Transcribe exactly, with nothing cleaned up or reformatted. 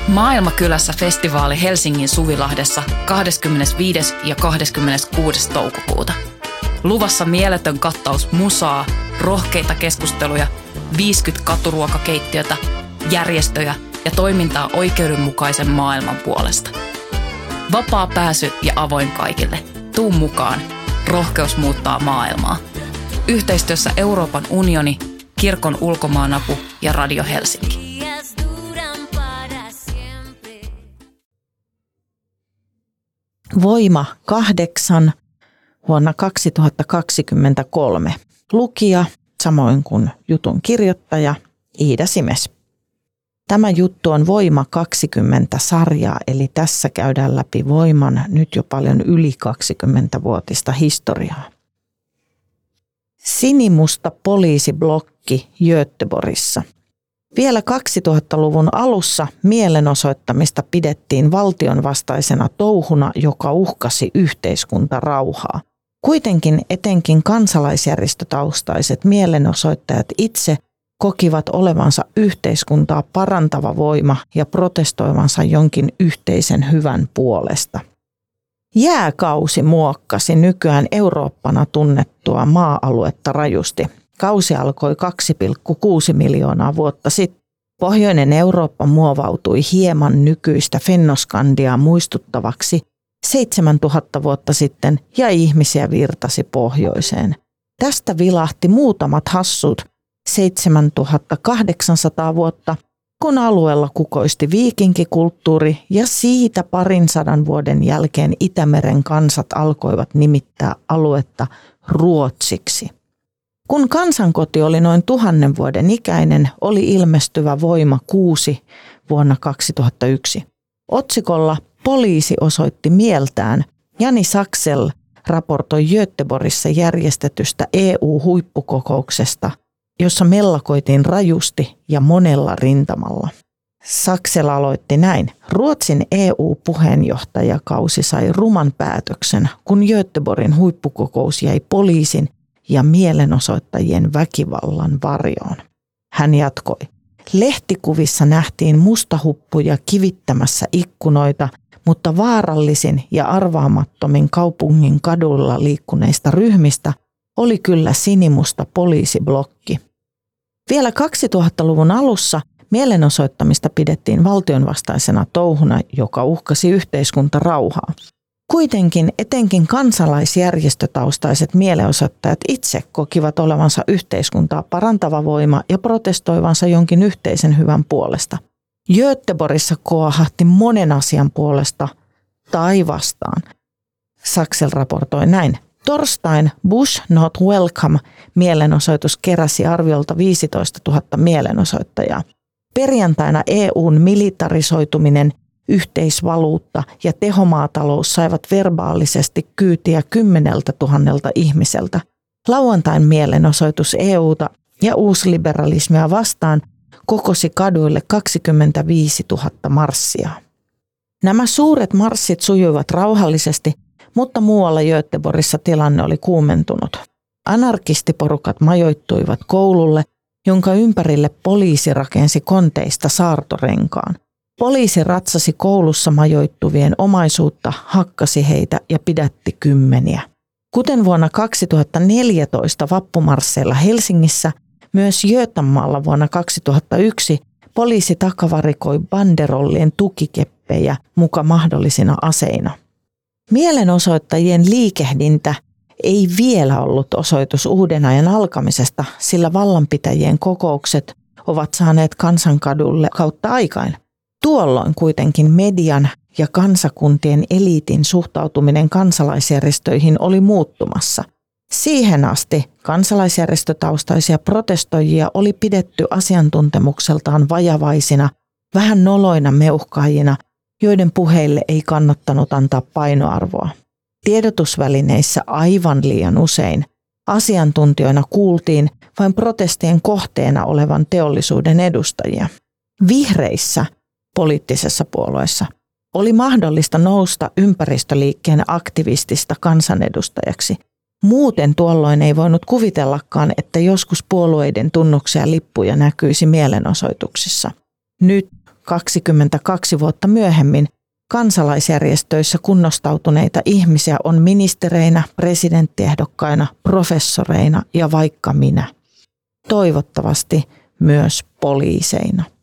Maailmakylässä festivaali Helsingin Suvilahdessa kahdeskymmenesviides ja kahdeskymmeneskuudes toukokuuta. Luvassa mieletön kattaus musaa, rohkeita keskusteluja, viisikymmentä katuruokakeittiötä, järjestöjä ja toimintaa oikeudenmukaisen maailman puolesta. Vapaa pääsy ja avoin kaikille. Tuu mukaan. Rohkeus muuttaa maailmaa. Yhteistyössä Euroopan unioni, Kirkon ulkomaanapu ja Radio Helsinki. Voima kahdeksan vuonna kaksituhattakaksikymmentäkolme. Lukija, samoin kuin jutun kirjoittaja Iida Simes. Tämä juttu on Voima kaksikymmentä sarjaa, eli tässä käydään läpi Voiman nyt jo paljon yli kaksikymmentävuotista historiaa. Sinimusta poliisiblokki Göteborgissa. Vielä kaksituhattaluvun alussa mielenosoittamista pidettiin valtionvastaisena touhuna, joka uhkasi yhteiskuntarauhaa. Kuitenkin etenkin kansalaisjärjestötaustaiset mielenosoittajat itse kokivat olevansa yhteiskuntaa parantava voima ja protestoivansa jonkin yhteisen hyvän puolesta. Jääkausi muokkasi nykyään Eurooppana tunnettua maa-aluetta rajusti. Kausi alkoi kaksi pilkku kuusi miljoonaa vuotta sitten. Pohjoinen Eurooppa muovautui hieman nykyistä Fennoskandiaa muistuttavaksi seitsemäntuhatta vuotta sitten ja ihmisiä virtasi pohjoiseen. Tästä vilahti muutamat hassut seitsemäntuhattakahdeksansataa vuotta, kun alueella kukoisti viikinkikulttuuri ja siitä parin sadan vuoden jälkeen Itämeren kansat alkoivat nimittää aluetta Ruotsiksi. Kun kansankoti oli noin tuhannen vuoden ikäinen, oli ilmestyvä Voima kuusi vuonna kaksituhattayksi. Otsikolla Poliisi osoitti mieltään Jani Saksel raportoi Göteborgissa järjestetystä E U-huippukokouksesta, jossa mellakoitiin rajusti ja monella rintamalla. Saksel aloitti näin. Ruotsin E U-puheenjohtajakausi sai ruman päätöksen, kun Göteborgin huippukokous jäi poliisin ja mielenosoittajien väkivallan varjoon. Hän jatkoi. Lehtikuvissa nähtiin mustahuppuja kivittämässä ikkunoita, mutta vaarallisin ja arvaamattomin kaupungin kaduilla liikkuneista ryhmistä oli kyllä sinimusta poliisiblokki. Vielä kaksituhattaluvun alussa mielenosoittamista pidettiin valtionvastaisena touhuna, joka uhkasi yhteiskuntarauhaa. Kuitenkin etenkin kansalaisjärjestötaustaiset mielenosoittajat itse kokivat olevansa yhteiskuntaa parantava voima ja protestoivansa jonkin yhteisen hyvän puolesta. Göteborgissa koahahti monen asian puolesta tai vastaan. Saksel raportoi näin. Torstain Bush Not Welcome mielenosoitus keräsi arviolta viisitoistatuhatta mielenosoittajaa. Perjantaina E U:n militarisoituminen, yhteisvaluutta ja tehomaatalous saivat verbaalisesti kyytiä kymmeneltä tuhannelta ihmiseltä. Lauantain mielenosoitus E U:ta ja uusliberalismia vastaan kokosi kaduille kaksikymmentäviisituhatta marssia. Nämä suuret marssit sujuivat rauhallisesti, mutta muualla Göteborgissa tilanne oli kuumentunut. Anarkistiporukat majoittuivat koululle, jonka ympärille poliisi rakensi konteista saartorenkaan. Poliisi ratsasi koulussa majoittuvien omaisuutta, hakkasi heitä ja pidätti kymmeniä. Kuten vuonna kaksituhattaneljätoista vappumarsseilla Helsingissä, myös Götanmaalla vuonna kaksituhattayksi poliisi takavarikoi banderollien tukikeppejä muka mahdollisina aseina. Mielenosoittajien liikehdintä ei vielä ollut osoitus uuden ajan alkamisesta, sillä vallanpitäjien kokoukset ovat saaneet kansankadulle kautta aikain. Tuolloin kuitenkin median ja kansakuntien eliitin suhtautuminen kansalaisjärjestöihin oli muuttumassa. Siihen asti kansalaisjärjestötaustaisia protestoijia oli pidetty asiantuntemukseltaan vajavaisina, vähän noloina meuhkaajina, joiden puheille ei kannattanut antaa painoarvoa. Tiedotusvälineissä aivan liian usein asiantuntijoina kuultiin vain protestien kohteena olevan teollisuuden edustajia. Vihreissä poliittisessa puolueessa oli mahdollista nousta ympäristöliikkeen aktivistista kansanedustajaksi. Muuten tuolloin ei voinut kuvitellakaan, että joskus puolueiden tunnuksia ja lippuja näkyisi mielenosoituksissa. Nyt kaksikymmentäkaksi vuotta myöhemmin kansalaisjärjestöissä kunnostautuneita ihmisiä on ministereinä, presidenttiehdokkaina, professoreina ja vaikka minä. Toivottavasti myös poliiseina.